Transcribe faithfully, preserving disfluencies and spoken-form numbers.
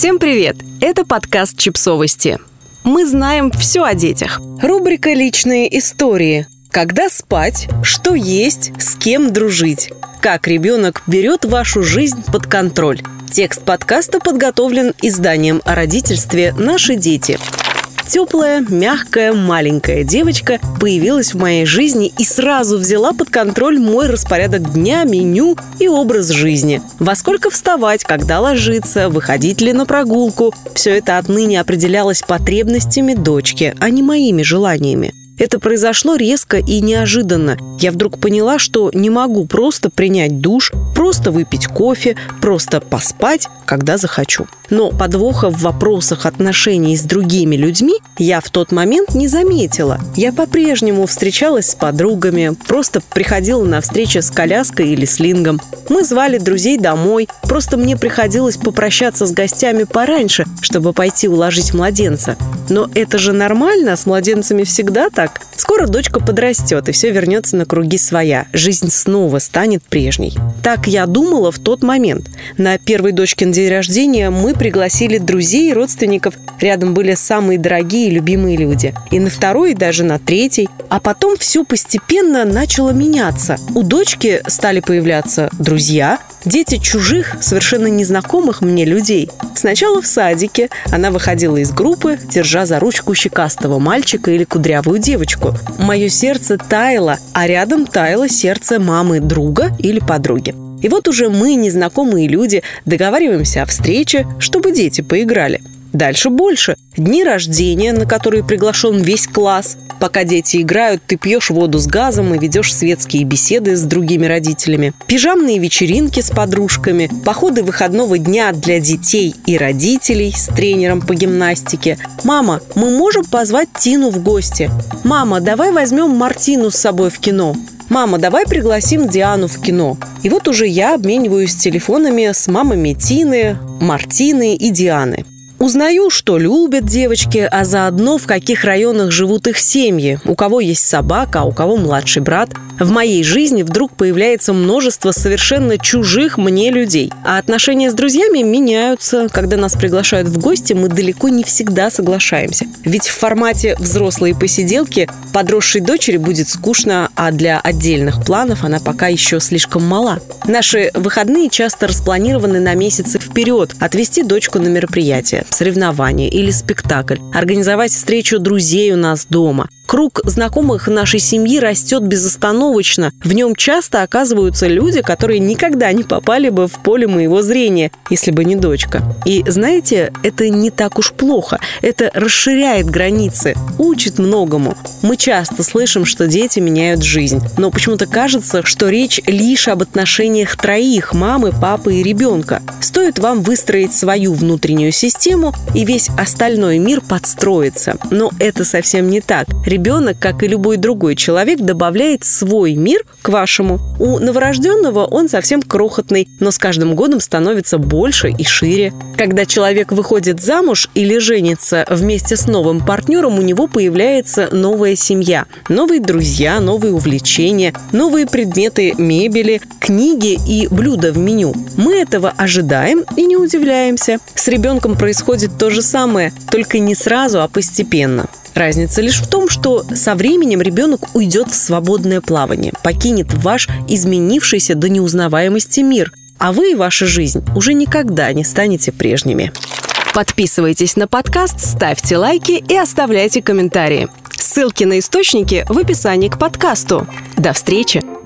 Всем привет! Это подкаст «Чипсовости». Мы знаем все о детях. Рубрика «Личные истории». Когда спать, что есть, с кем дружить. Как ребенок берет вашу жизнь под контроль. Текст подкаста подготовлен изданием о родительстве «Наши дети». Теплая, мягкая, маленькая девочка появилась в моей жизни и сразу взяла под контроль мой распорядок дня, меню и образ жизни. Во сколько вставать, когда ложиться, выходить ли на прогулку. Все это отныне определялось потребностями дочки, а не моими желаниями. Это произошло резко и неожиданно. Я вдруг поняла, что не могу просто принять душ, просто выпить кофе, просто поспать, когда захочу. Но подвоха в вопросах отношений с другими людьми я в тот момент не заметила. Я по-прежнему встречалась с подругами, просто приходила на встречи с коляской или слингом. Мы звали друзей домой, просто мне приходилось попрощаться с гостями пораньше, чтобы пойти уложить младенца. Но это же нормально, с младенцами всегда так. Скоро дочка подрастет, и все вернется на круги своя. Жизнь снова станет прежней. Так я думала в тот момент. На первый дочкин день рождения мы пригласили друзей и родственников. Рядом были самые дорогие и любимые люди. И на второй, и даже на третий. А потом все постепенно начало меняться. У дочки стали появляться друзья, дети чужих, совершенно незнакомых мне людей. Сначала в садике она выходила из группы, держа за ручку щекастого мальчика или кудрявую девочку. Мое сердце таяло, а рядом таяло сердце мамы друга или подруги. И вот уже мы, незнакомые люди, договариваемся о встрече, чтобы дети поиграли. Дальше больше. Дни рождения, на которые приглашен весь класс. Пока дети играют, ты пьешь воду с газом и ведешь светские беседы с другими родителями. Пижамные вечеринки с подружками. Походы выходного дня для детей и родителей с тренером по гимнастике. «Мама, мы можем позвать Тину в гости?» «Мама, давай возьмем Мартину с собой в кино?» «Мама, давай пригласим Диану в кино». И вот уже я обмениваюсь телефонами с мамами Тины, Мартины и Дианы. Узнаю, что любят девочки, а заодно в каких районах живут их семьи, у кого есть собака, а у кого младший брат. В моей жизни вдруг появляется множество совершенно чужих мне людей. А отношения с друзьями меняются. Когда нас приглашают в гости, мы далеко не всегда соглашаемся. Ведь в формате взрослые посиделки подросшей дочери будет скучно, а для отдельных планов она пока еще слишком мала. Наши выходные часто распланированы на месяцы вперед. Отвезти дочку на мероприятие, соревнование или спектакль, организовать встречу друзей у нас дома. Круг знакомых нашей семьи растет безостановочно. В нем часто оказываются люди, которые никогда не попали бы в поле моего зрения, если бы не дочка. И знаете, это не так уж плохо. Это расширяет границы, учит многому. Мы часто слышим, что дети меняют жизнь. Но почему-то кажется, что речь лишь об отношениях троих – мамы, папы и ребенка. Стоит вам выстроить свою внутреннюю систему, и весь остальной мир подстроится. Но это совсем не так. Ребенок, как и любой другой человек, добавляет свой мир к вашему. У новорожденного он совсем крохотный, но с каждым годом становится больше и шире. Когда человек выходит замуж или женится вместе с новым партнером, у него появляется новая семья, новые друзья, новые увлечения, новые предметы мебели, книги и блюда в меню. Мы этого ожидаем и не удивляемся. С ребенком происходит то же самое, только не сразу, а постепенно. Разница лишь в том, что со временем ребенок уйдет в свободное плавание, покинет ваш изменившийся до неузнаваемости мир, а вы и ваша жизнь уже никогда не станете прежними. Подписывайтесь на подкаст, ставьте лайки и оставляйте комментарии. Ссылки на источники в описании к подкасту. До встречи!